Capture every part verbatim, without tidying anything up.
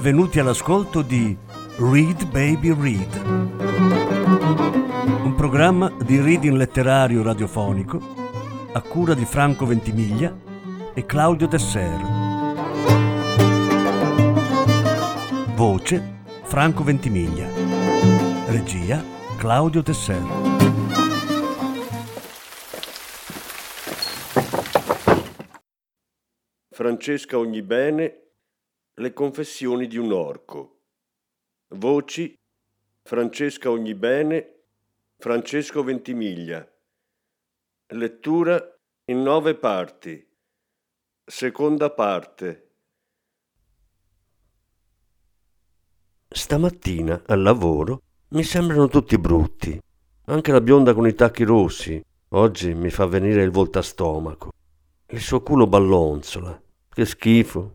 benvenuti all'ascolto di Read Baby Read, un programma di reading letterario radiofonico a cura di Franco Ventimiglia e Claudio Desser. Voce Franco Ventimiglia. Regia Claudio Desser. Francesca Ognibene, Le confessioni di un orco. Voci Francesca Ognibene, Francesco Ventimiglia. Lettura in nove parti. Seconda parte. Stamattina al lavoro mi sembrano tutti brutti. Anche la bionda con i tacchi rossi oggi mi fa venire il voltastomaco. Il suo culo ballonzola. Che schifo.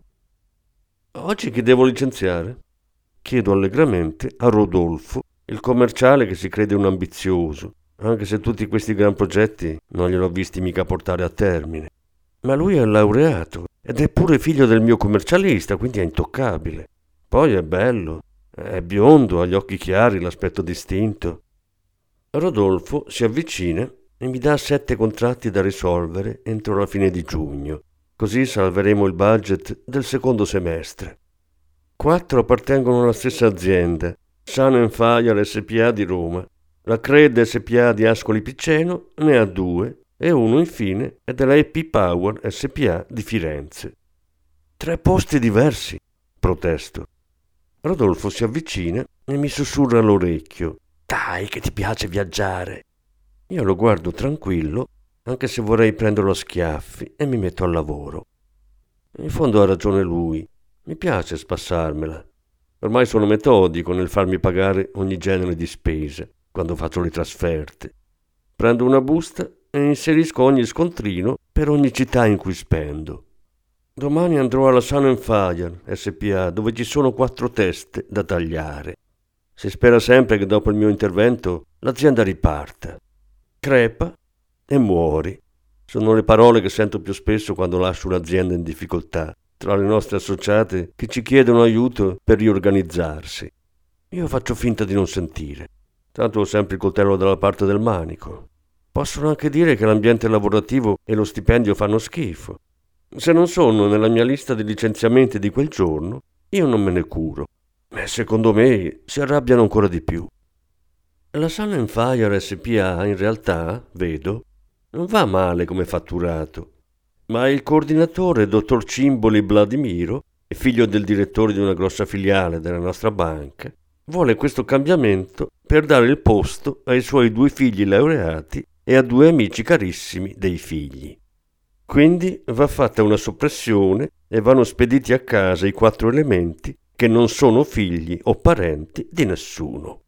Oggi chi devo licenziare? Chiedo allegramente a Rodolfo, il commerciale che si crede un ambizioso, anche se tutti questi gran progetti non gliel'ho visti mica portare a termine. Ma lui è laureato ed è pure figlio del mio commercialista, quindi è intoccabile. Poi è bello, è biondo, ha gli occhi chiari, l'aspetto distinto. Rodolfo si avvicina e mi dà sette contratti da risolvere entro la fine di giugno. Così salveremo il budget del secondo semestre. Quattro appartengono alla stessa azienda, Sun and Fire S P A di Roma. La Cred S P A di Ascoli Piceno ne ha due e uno infine è della E P Power S P A di Firenze. Tre posti diversi, protesto. Rodolfo si avvicina e mi sussurra all'orecchio: «Dai, che ti piace viaggiare!» Io lo guardo tranquillo, anche se vorrei prenderlo a schiaffi, e mi metto al lavoro. In fondo ha ragione lui, mi piace spassarmela. Ormai sono metodico nel farmi pagare ogni genere di spesa quando faccio le trasferte. Prendo una busta e inserisco ogni scontrino per ogni città in cui spendo. Domani andrò alla Sun and Fire S P A, dove ci sono quattro teste da tagliare. Si spera sempre che dopo il mio intervento l'azienda riparta. Crepa e muori. Sono le parole che sento più spesso quando lascio un'azienda in difficoltà, tra le nostre associate che ci chiedono aiuto per riorganizzarsi. Io faccio finta di non sentire. Tanto ho sempre il coltello dalla parte del manico. Possono anche dire che l'ambiente lavorativo e lo stipendio fanno schifo. Se non sono nella mia lista di licenziamenti di quel giorno, io non me ne curo. E secondo me si arrabbiano ancora di più. La Sun and Fire S P A, in realtà, vedo, non va male come fatturato, ma il coordinatore, dottor Cimboli Vladimiro, figlio del direttore di una grossa filiale della nostra banca, vuole questo cambiamento per dare il posto ai suoi due figli laureati e a due amici carissimi dei figli. Quindi va fatta una soppressione e vanno spediti a casa i quattro elementi che non sono figli o parenti di nessuno.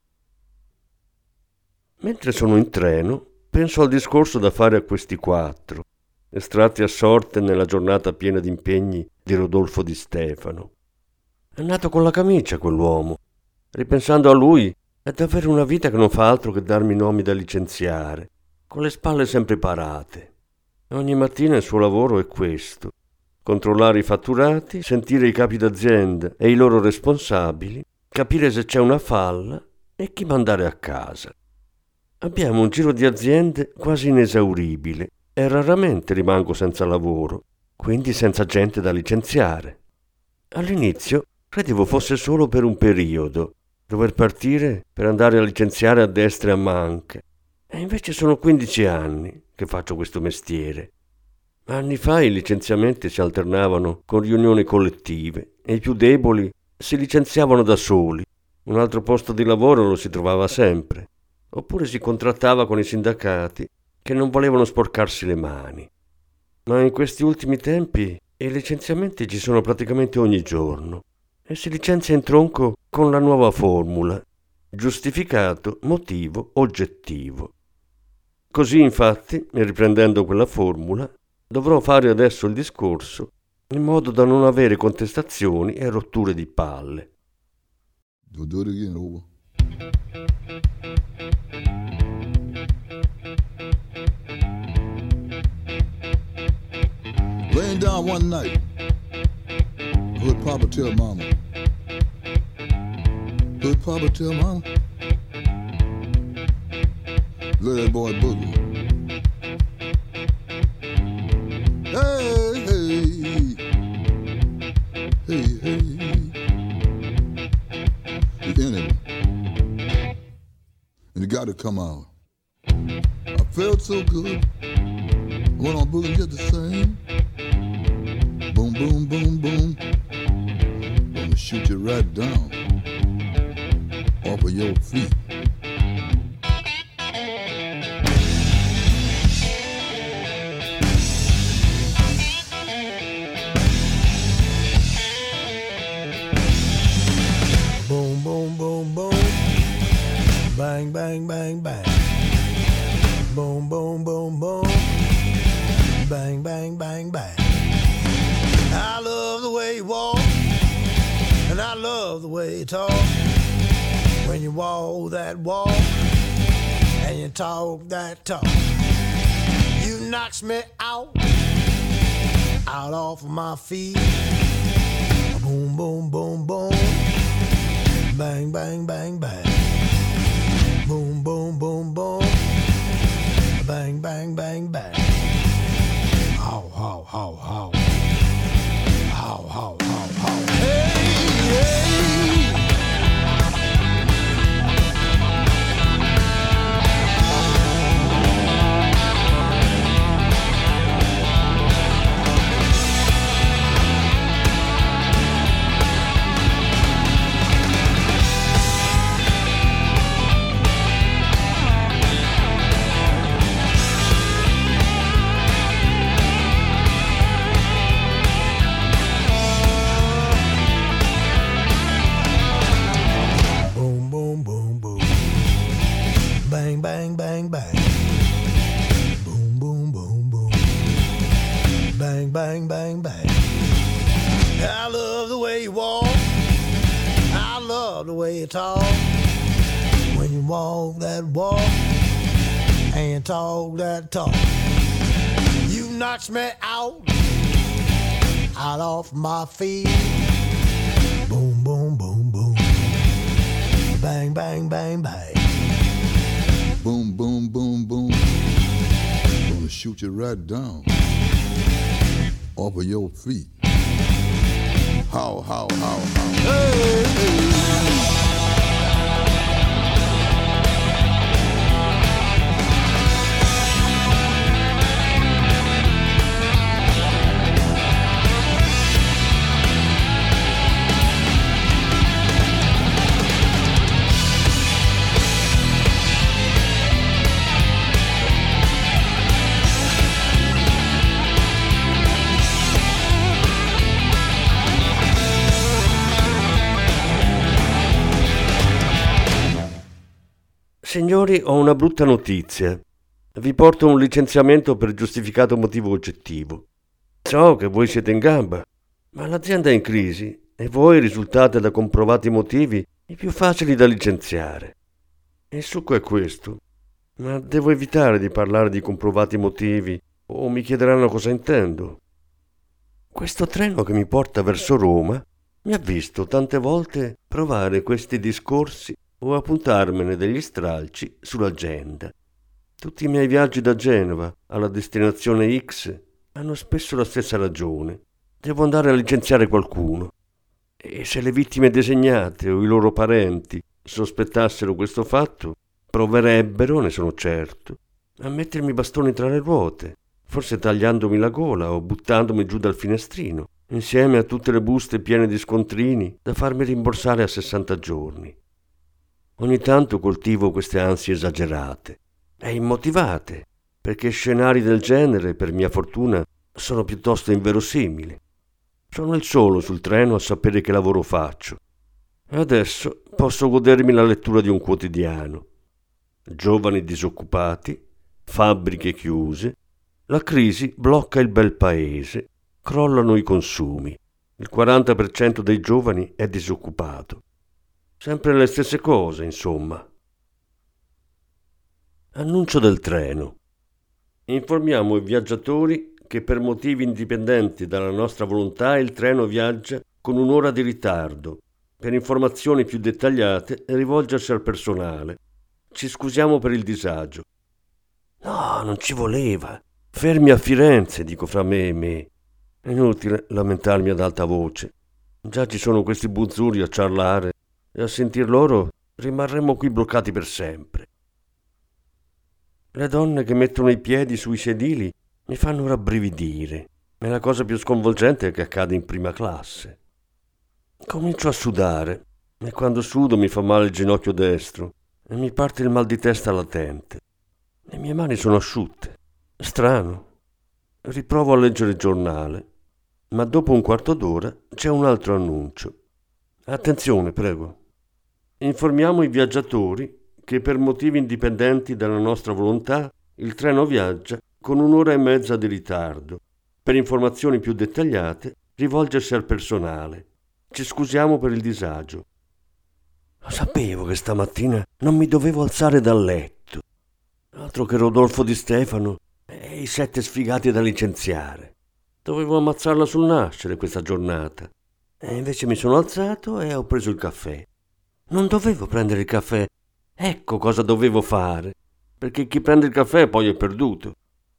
Mentre sono in treno, penso al discorso da fare a questi quattro, estratti a sorte nella giornata piena di impegni di Rodolfo Di Stefano. È nato con la camicia quell'uomo. Ripensando a lui, è davvero una vita che non fa altro che darmi nomi da licenziare, con le spalle sempre parate. Ogni mattina il suo lavoro è questo: controllare i fatturati, sentire i capi d'azienda e i loro responsabili, capire se c'è una falla e chi mandare a casa. Abbiamo un giro di aziende quasi inesauribile e raramente rimango senza lavoro, quindi senza gente da licenziare. All'inizio credevo fosse solo per un periodo, dover partire per andare a licenziare a destra e a manca. E invece sono quindici anni che faccio questo mestiere. Anni fa i licenziamenti si alternavano con riunioni collettive e i più deboli si licenziavano da soli. Un altro posto di lavoro lo si trovava sempre. Oppure si contrattava con i sindacati che non volevano sporcarsi le mani. Ma in questi ultimi tempi i licenziamenti ci sono praticamente ogni giorno e si licenzia in tronco con la nuova formula: giustificato motivo oggettivo. Così infatti, riprendendo quella formula, dovrò fare adesso il discorso in modo da non avere contestazioni e rotture di palle. Do it again, over. Laying down one night, I heard Papa tell Mama, But Papa tell Mama, let that boy boogie. Hey, hey, hey, hey. It's in him. And it got to come out. I felt so good. I went on boogie just the same. Boom, boom, boom, boom. Gonna shoot you right down off of your feet. Boom, boom, boom, boom. Bang, bang, bang, bang. Boom, boom, boom, boom. Bang, bang, bang, bang. I love the way you walk, and I love the way you talk. When you walk that walk, and you talk that talk, you knocks me out, out off of my feet. Boom, boom, boom, boom. Bang, bang, bang, bang. Boom, boom, boom, boom. Bang, bang, bang, bang. How, how, how, how. How, how, how, how. Hey, hey. Bang, bang, bang. Boom, boom, boom, boom. Bang, bang, bang, bang. I love the way you walk. I love the way you talk. When you walk that walk and you talk that talk, you knocks me out, out off my feet. Boom, boom, boom, boom. Bang, bang, bang, bang. Boom, boom, boom, boom. Gonna shoot you right down off of your feet. How, how, how, how. Hey, hey. Signori, ho una brutta notizia. Vi porto un licenziamento per giustificato motivo oggettivo. So che voi siete in gamba, ma l'azienda è in crisi e voi risultate da comprovati motivi i più facili da licenziare. Il succo è questo, ma devo evitare di parlare di comprovati motivi o mi chiederanno cosa intendo. Questo treno che mi porta verso Roma mi ha visto tante volte provare questi discorsi o appuntarmene degli stralci sull'agenda. Tutti i miei viaggi da Genova alla destinazione X hanno spesso la stessa ragione. Devo andare a licenziare qualcuno. E se le vittime designate o i loro parenti sospettassero questo fatto, proverebbero, ne sono certo, a mettermi i bastoni tra le ruote, forse tagliandomi la gola o buttandomi giù dal finestrino, insieme a tutte le buste piene di scontrini da farmi rimborsare a sessanta giorni. Ogni tanto coltivo queste ansie esagerate e immotivate, perché scenari del genere, per mia fortuna, sono piuttosto inverosimili. Sono il solo sul treno a sapere che lavoro faccio. Adesso posso godermi la lettura di un quotidiano. Giovani disoccupati, fabbriche chiuse, la crisi blocca il bel paese, crollano i consumi. Il quaranta per cento dei giovani è disoccupato. Sempre le stesse cose, insomma. Annuncio del treno. Informiamo i viaggiatori che per motivi indipendenti dalla nostra volontà il treno viaggia con un'ora di ritardo, Per informazioni più dettagliate, rivolgersi al personale. Ci scusiamo per il disagio. No, non ci voleva. Fermi a Firenze, dico fra me e me. È inutile lamentarmi ad alta voce. Già ci sono questi buzzuri a ciarlare e a sentir loro rimarremo qui bloccati per sempre. Le donne che mettono i piedi sui sedili mi fanno rabbrividire. È la cosa più sconvolgente che accade in prima classe. Comincio a sudare e quando sudo mi fa male il ginocchio destro e mi parte il mal di testa latente. Le mie mani sono asciutte. Strano. Riprovo a leggere il giornale, ma dopo un quarto d'ora c'è un altro annuncio. Attenzione, prego. Informiamo i viaggiatori che per motivi indipendenti dalla nostra volontà il treno viaggia con un'ora e mezza di ritardo. Per informazioni più dettagliate, rivolgersi al personale. Ci scusiamo per il disagio. Lo sapevo che stamattina non mi dovevo alzare dal letto. Altro che Rodolfo Di Stefano e i sette sfigati da licenziare. Dovevo ammazzarla sul nascere questa giornata. E invece mi sono alzato e ho preso il caffè. Non dovevo prendere il caffè. Ecco cosa dovevo fare. Perché chi prende il caffè poi è perduto.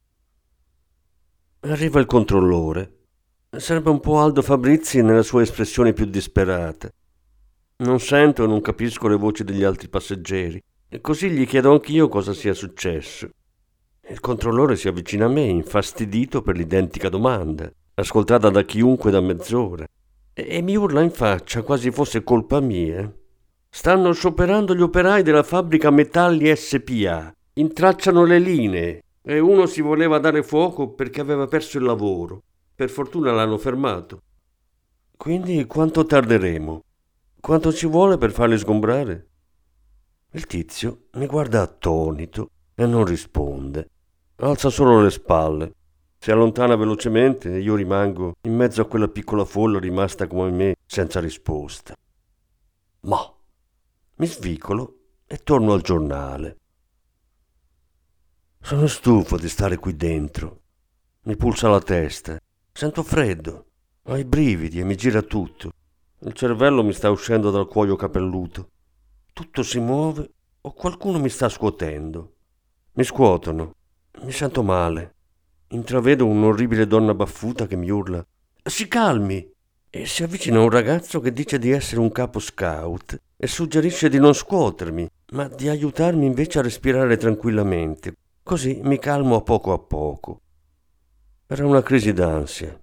Arriva il controllore. Serve un po' Aldo Fabrizi nella sua espressione più disperata. Non sento e non capisco le voci degli altri passeggeri e così gli chiedo anch'io cosa sia successo. Il controllore si avvicina a me, infastidito per l'identica domanda, ascoltata da chiunque da mezz'ora, e, e mi urla in faccia quasi fosse colpa mia. Stanno scioperando gli operai della fabbrica Metalli S P A. Intracciano le linee e uno si voleva dare fuoco perché aveva perso il lavoro. Per fortuna l'hanno fermato. Quindi quanto tarderemo? Quanto ci vuole per farli sgombrare? Il tizio mi guarda attonito e non risponde. Alza solo le spalle. Si allontana velocemente e io rimango in mezzo a quella piccola folla rimasta come me senza risposta. Ma mi svicolo e torno al giornale. Sono stufo di stare qui dentro. Mi pulsa la testa. Sento freddo, ho i brividi e mi gira tutto. Il cervello mi sta uscendo dal cuoio capelluto. Tutto si muove o qualcuno mi sta scuotendo. Mi scuotono, mi sento male. Intravedo un'orribile donna baffuta che mi urla «Si calmi!» e si avvicina un ragazzo che dice di essere un capo scout e suggerisce di non scuotermi, ma di aiutarmi invece a respirare tranquillamente. Così mi calmo a poco a poco. Era una crisi d'ansia.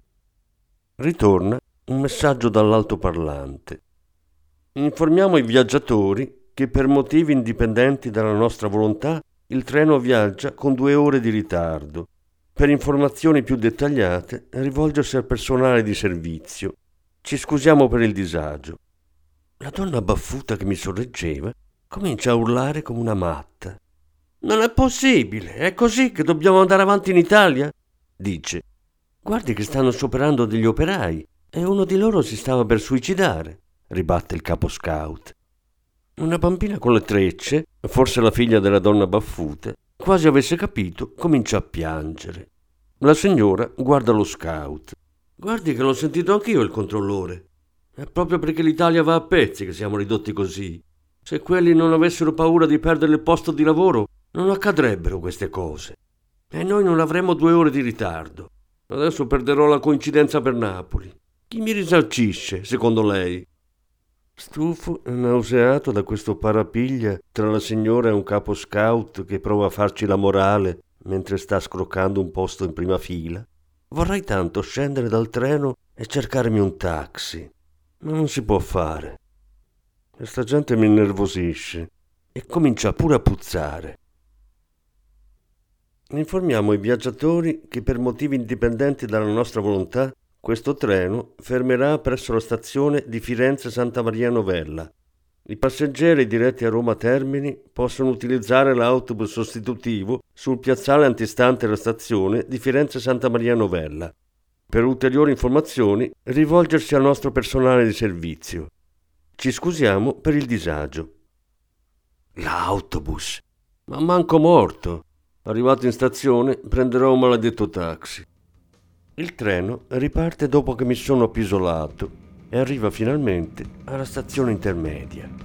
Ritorna un messaggio dall'altoparlante. Informiamo i viaggiatori che per motivi indipendenti dalla nostra volontà il treno viaggia con due ore di ritardo. Per informazioni più dettagliate rivolgersi al personale di servizio. Ci scusiamo per il disagio. La donna baffuta che mi sorreggeva comincia a urlare come una matta. Non è possibile, è così che dobbiamo andare avanti in Italia? Dice, guardi che stanno scioperando degli operai e uno di loro si stava per suicidare, ribatte il capo scout. Una bambina con le trecce, forse la figlia della donna baffuta, quasi avesse capito, comincia a piangere. La signora guarda lo scout. Guardi che l'ho sentito anch'io il controllore. È proprio perché l'Italia va a pezzi che siamo ridotti così. Se quelli non avessero paura di perdere il posto di lavoro, non accadrebbero queste cose. E noi non avremo due ore di ritardo. Adesso perderò la coincidenza per Napoli. Chi mi risarcisce, secondo lei? Stufo e nauseato da questo parapiglia tra la signora e un capo scout che prova a farci la morale mentre sta scroccando un posto in prima fila, vorrei tanto scendere dal treno e cercarmi un taxi, ma non si può fare. Questa gente mi innervosisce e comincia pure a puzzare. Informiamo i viaggiatori che per motivi indipendenti dalla nostra volontà questo treno fermerà presso la stazione di Firenze Santa Maria Novella. I passeggeri diretti a Roma Termini possono utilizzare l'autobus sostitutivo sul piazzale antistante la stazione di Firenze Santa Maria Novella. Per ulteriori informazioni rivolgersi al nostro personale di servizio. Ci scusiamo per il disagio. L'autobus! Ma manco morto! Arrivato in stazione, prenderò un maledetto taxi. Il treno riparte dopo che mi sono appisolato. e arriva finalmente alla stazione intermedia.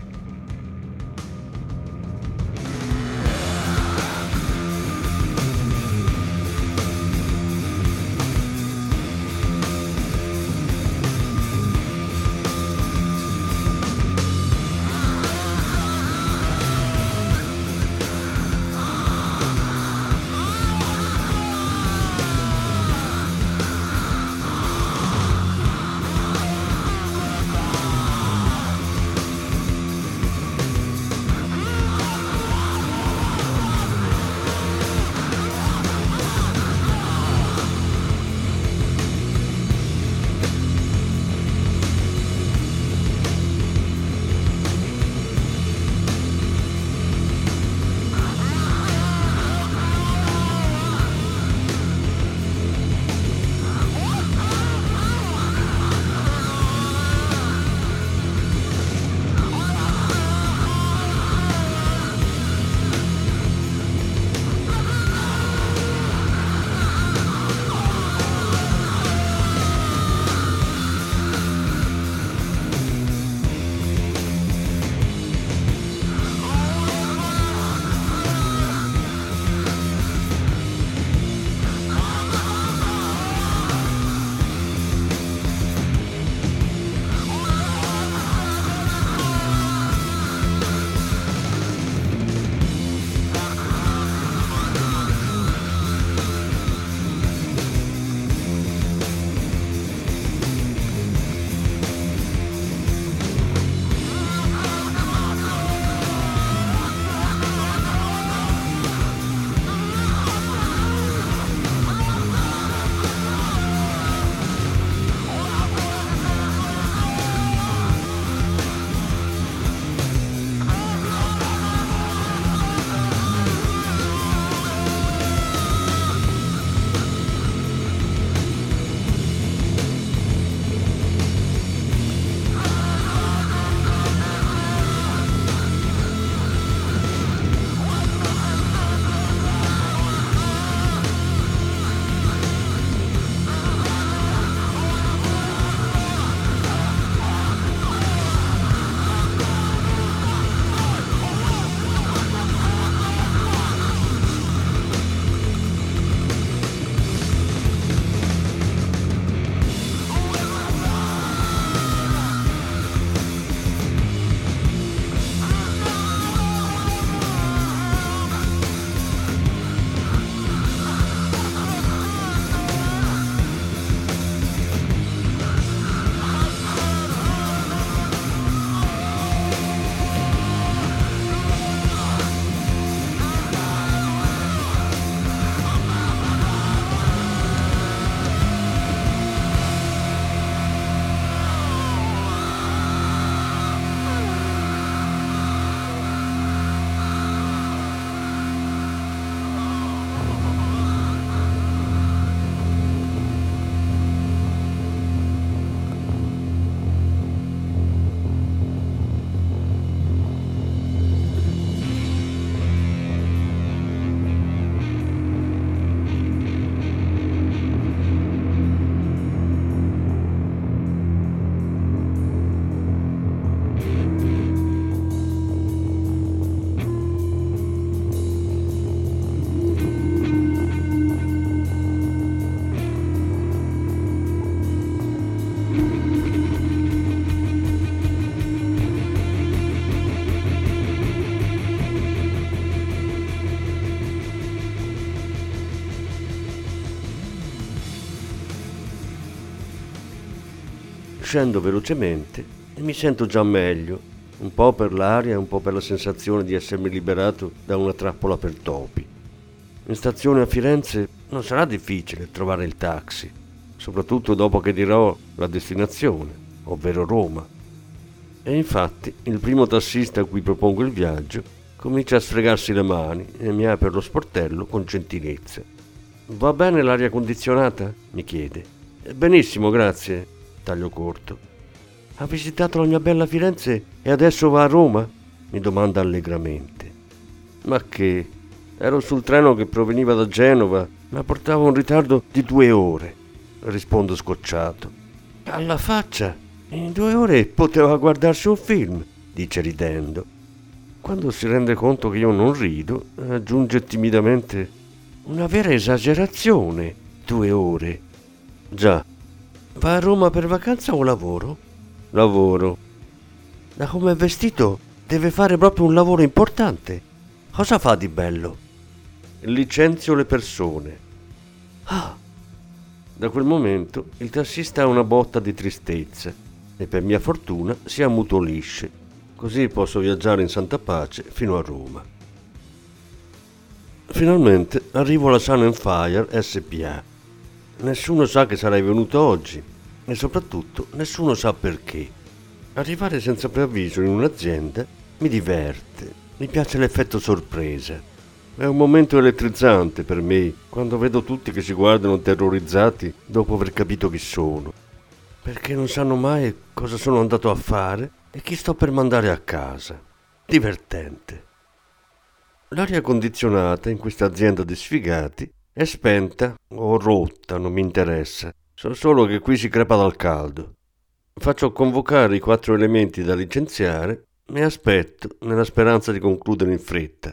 Scendo velocemente e mi sento già meglio, un po' per l'aria e un po' per la sensazione di essermi liberato da una trappola per topi. In stazione a Firenze non sarà difficile trovare il taxi, soprattutto dopo che dirò la destinazione, ovvero Roma. E infatti il primo tassista a cui propongo il viaggio comincia a sfregarsi le mani e mi apre lo sportello con gentilezza. «Va bene l'aria condizionata?» mi chiede. «Benissimo, grazie», taglio corto. «Ha visitato la mia bella Firenze e adesso va a Roma?» mi domanda allegramente. «Ma che? Ero sul treno che proveniva da Genova, ma portava un ritardo di due ore», rispondo scocciato. «Alla faccia! In due ore poteva guardarsi un film, dice ridendo. Quando si rende conto che io non rido, aggiunge timidamente: una vera esagerazione, due ore. Già. Va a Roma per vacanza o lavoro? Lavoro. Da come è vestito deve fare proprio un lavoro importante. Cosa fa di bello? Licenzio le persone. Ah. Da quel momento il tassista ha una botta di tristezza e per mia fortuna si ammutolisce, così posso viaggiare in santa pace fino a Roma. Finalmente arrivo alla Sun and Fire S P A. Nessuno sa che sarei venuto oggi e soprattutto nessuno sa perché. Arrivare senza preavviso in un'azienda mi diverte, mi piace l'effetto sorpresa. È un momento elettrizzante per me quando vedo tutti che si guardano terrorizzati dopo aver capito chi sono, perché non sanno mai cosa sono andato a fare e chi sto per mandare a casa. Divertente. L'aria condizionata in questa azienda di sfigati è spenta o rotta, non mi interessa. So solo che qui si crepa dal caldo. Faccio convocare i quattro elementi da licenziare e aspetto nella speranza di concludere in fretta.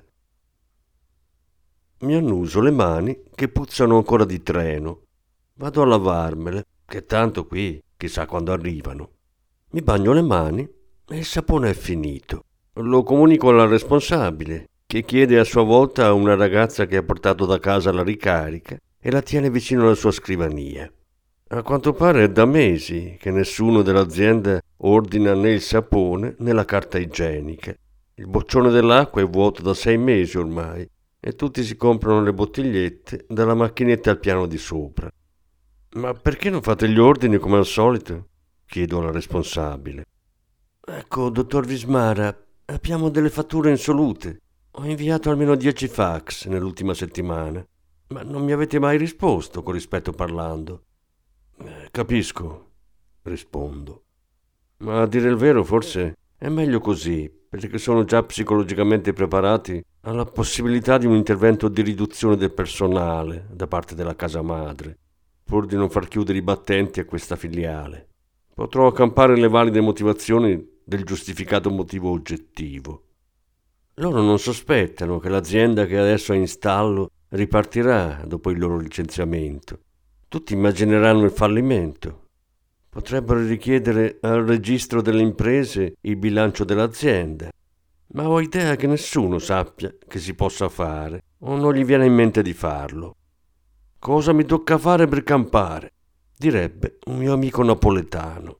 Mi annuso le mani che puzzano ancora di treno. Vado a lavarmele, che tanto qui chissà quando arrivano. Mi bagno le mani e il sapone è finito. Lo comunico alla responsabile, che chiede a sua volta a una ragazza che ha portato da casa la ricarica e la tiene vicino alla sua scrivania. A quanto pare è da mesi che nessuno dell'azienda ordina né il sapone né la carta igienica. Il boccione dell'acqua è vuoto da sei mesi ormai e tutti si comprano le bottigliette dalla macchinetta al piano di sopra. Ma perché non fate gli ordini come al solito? Chiedo alla responsabile. Ecco, dottor Vismara, abbiamo delle fatture insolute. Ho inviato almeno dieci fax nell'ultima settimana, ma non mi avete mai risposto, con rispetto parlando. Eh, capisco, rispondo. Ma a dire il vero forse è meglio così, perché sono già psicologicamente preparati alla possibilità di un intervento di riduzione del personale da parte della casa madre, pur di non far chiudere i battenti a questa filiale. Potrò accampare le valide motivazioni del giustificato motivo oggettivo. Loro non sospettano che l'azienda che adesso è in stallo ripartirà dopo il loro licenziamento. Tutti immagineranno il fallimento. Potrebbero richiedere al registro delle imprese il bilancio dell'azienda, ma ho idea che nessuno sappia che si possa fare o non gli viene in mente di farlo. Cosa mi tocca fare per campare? Direbbe un mio amico napoletano.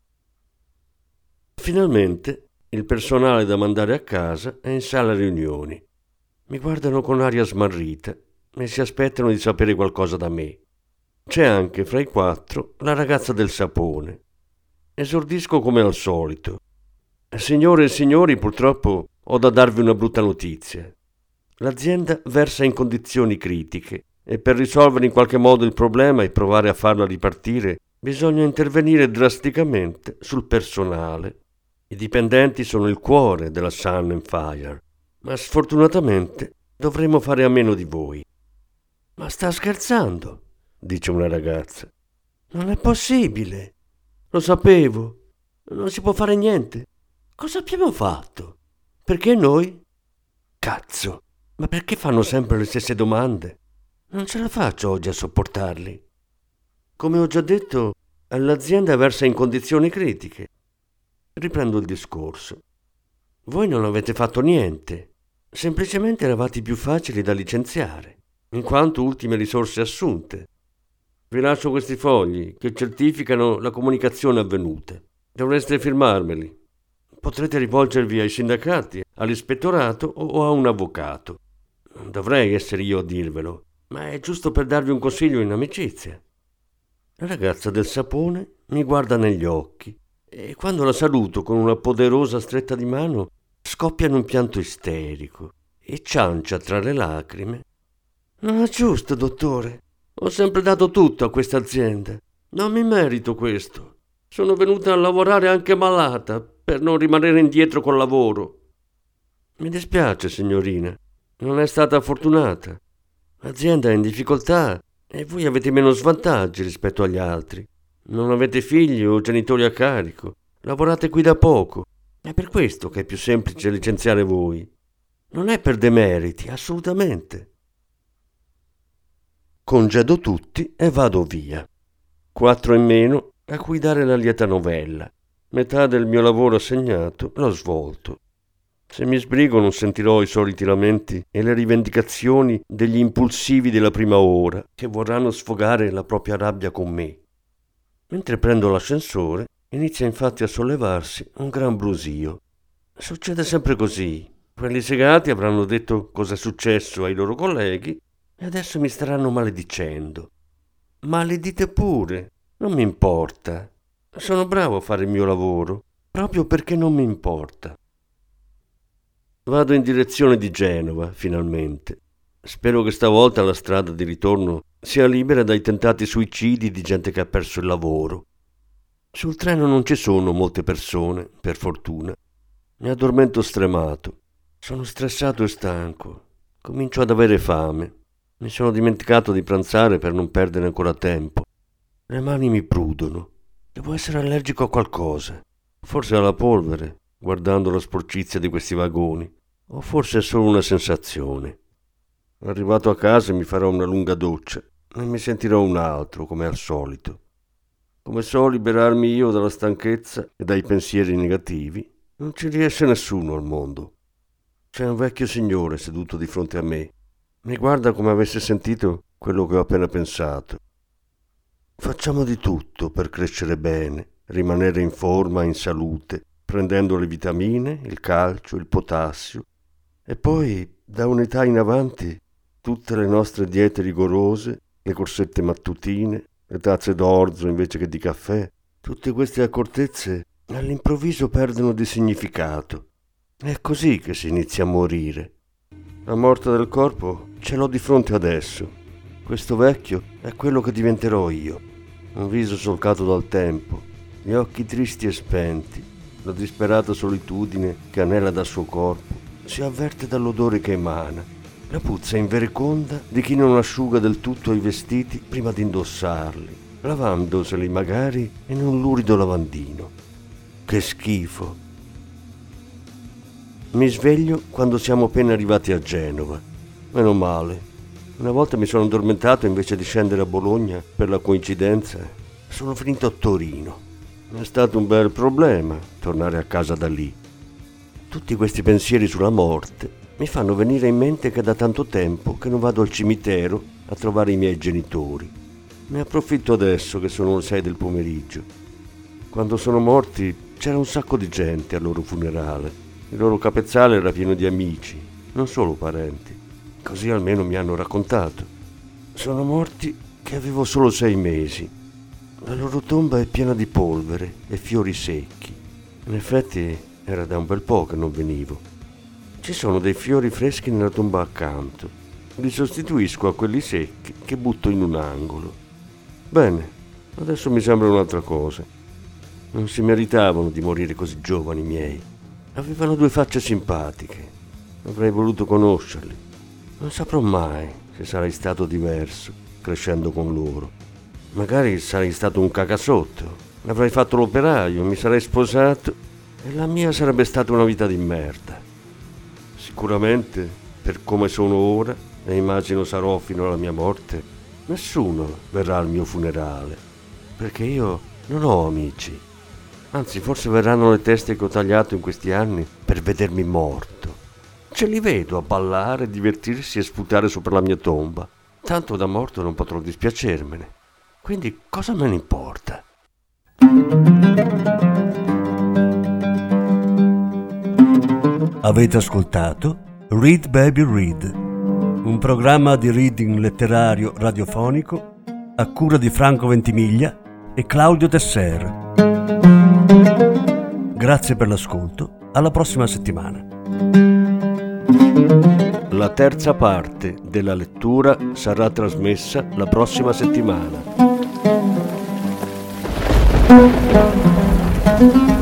Finalmente il personale da mandare a casa è in sala riunioni. Mi guardano con aria smarrita e si aspettano di sapere qualcosa da me. C'è anche fra i quattro la ragazza del sapone. Esordisco come al solito. Signore e signori, purtroppo ho da darvi una brutta notizia. L'azienda versa in condizioni critiche e per risolvere in qualche modo il problema e provare a farla ripartire bisogna intervenire drasticamente sul personale. I dipendenti sono il cuore della Sun and Fire, ma sfortunatamente dovremo fare a meno di voi. Ma sta scherzando? Dice una ragazza. Non è possibile. Lo sapevo. Non si può fare niente. Cosa abbiamo fatto? Perché noi? Cazzo, ma perché fanno sempre le stesse domande? Non ce la faccio oggi a sopportarli. Come ho già detto, l'azienda versa in condizioni critiche. Riprendo il discorso. Voi non avete fatto niente. Semplicemente eravate i più facili da licenziare, in quanto ultime risorse assunte. Vi lascio questi fogli che certificano la comunicazione avvenuta. Dovreste firmarmeli. Potrete rivolgervi ai sindacati, all'ispettorato o a un avvocato. Non dovrei essere io a dirvelo, ma è giusto per darvi un consiglio in amicizia. La ragazza del sapone mi guarda negli occhi e quando la saluto con una poderosa stretta di mano scoppia in un pianto isterico e ciancia tra le lacrime. Non è giusto, dottore. Ho sempre dato tutto a questa azienda. Non mi merito questo. Sono venuta a lavorare anche malata per non rimanere indietro col lavoro. Mi dispiace, signorina. Non è stata fortunata. L'azienda è in difficoltà e voi avete meno svantaggi rispetto agli altri. Non avete figli o genitori a carico. Lavorate qui da poco. È per questo che è più semplice licenziare voi. Non è per demeriti, assolutamente. Congedo tutti e vado via. Quattro in meno a cui dare la lieta novella. Metà del mio lavoro assegnato l'ho svolto. Se mi sbrigo non sentirò i soliti lamenti e le rivendicazioni degli impulsivi della prima ora che vorranno sfogare la propria rabbia con me. Mentre prendo l'ascensore, inizia infatti a sollevarsi un gran brusio. Succede sempre così. Quelli segati avranno detto cosa è successo ai loro colleghi e adesso mi staranno maledicendo. Maledite pure, non mi importa. Sono bravo a fare il mio lavoro, proprio perché non mi importa. Vado in direzione di Genova, finalmente. Spero che stavolta la strada di ritorno sia libera dai tentati suicidi di gente che ha perso il lavoro. Sul treno non ci sono molte persone, per fortuna. Mi addormento stremato. Sono stressato e stanco. Comincio ad avere fame. Mi sono dimenticato di pranzare per non perdere ancora tempo. Le mani mi prudono. Devo essere allergico a qualcosa. Forse alla polvere, guardando la sporcizia di questi vagoni. O forse è solo una sensazione. Arrivato a casa mi farò una lunga doccia e mi sentirò un altro, come al solito. Come so liberarmi io dalla stanchezza e dai pensieri negativi, non ci riesce nessuno al mondo. C'è un vecchio signore seduto di fronte a me. Mi guarda come avesse sentito quello che ho appena pensato. Facciamo di tutto per crescere bene, rimanere in forma, in salute, prendendo le vitamine, il calcio, il potassio. E poi, da un'età in avanti, tutte le nostre diete rigorose, le corsette mattutine, le tazze d'orzo invece che di caffè, tutte queste accortezze all'improvviso perdono di significato. È così che si inizia a morire. La morte del corpo ce l'ho di fronte adesso. Questo vecchio è quello che diventerò io. Un viso solcato dal tempo, gli occhi tristi e spenti, la disperata solitudine che anela dal suo corpo. Si avverte dall'odore che emana, la puzza invereconda di chi non asciuga del tutto i vestiti prima di indossarli, lavandoseli magari in un lurido lavandino. Che schifo! Mi sveglio quando siamo appena arrivati a Genova. Meno male. Una volta mi sono addormentato invece di scendere a Bologna, per la coincidenza, sono finito a Torino. È stato un bel problema tornare a casa da lì. Tutti questi pensieri sulla morte mi fanno venire in mente che da tanto tempo che non vado al cimitero a trovare i miei genitori. Ne approfitto adesso che sono le sei del pomeriggio. Quando sono morti c'era un sacco di gente al loro funerale. Il loro capezzale era pieno di amici, non solo parenti. Così almeno mi hanno raccontato. Sono morti che avevo solo sei mesi. La loro tomba è piena di polvere e fiori secchi. In effetti era da un bel po' che non venivo. Ci sono dei fiori freschi nella tomba accanto. Li sostituisco a quelli secchi che butto in un angolo. Bene, adesso mi sembra un'altra cosa. Non si meritavano di morire così giovani i miei. Avevano due facce simpatiche. Avrei voluto conoscerli. Non saprò mai se sarei stato diverso crescendo con loro. Magari sarei stato un cacasotto. Avrei fatto l'operaio, mi sarei sposato e la mia sarebbe stata una vita di merda. Sicuramente, per come sono ora, e immagino sarò fino alla mia morte, nessuno verrà al mio funerale, perché io non ho amici. Anzi, forse verranno le teste che ho tagliato in questi anni per vedermi morto. Ce li vedo a ballare, divertirsi e sputare sopra la mia tomba. Tanto da morto non potrò dispiacermene. Quindi cosa me ne importa? Avete ascoltato Read Baby Read, un programma di reading letterario radiofonico a cura di Franco Ventimiglia e Claudio Tesser. Grazie per l'ascolto, alla prossima settimana. La terza parte della lettura sarà trasmessa la prossima settimana.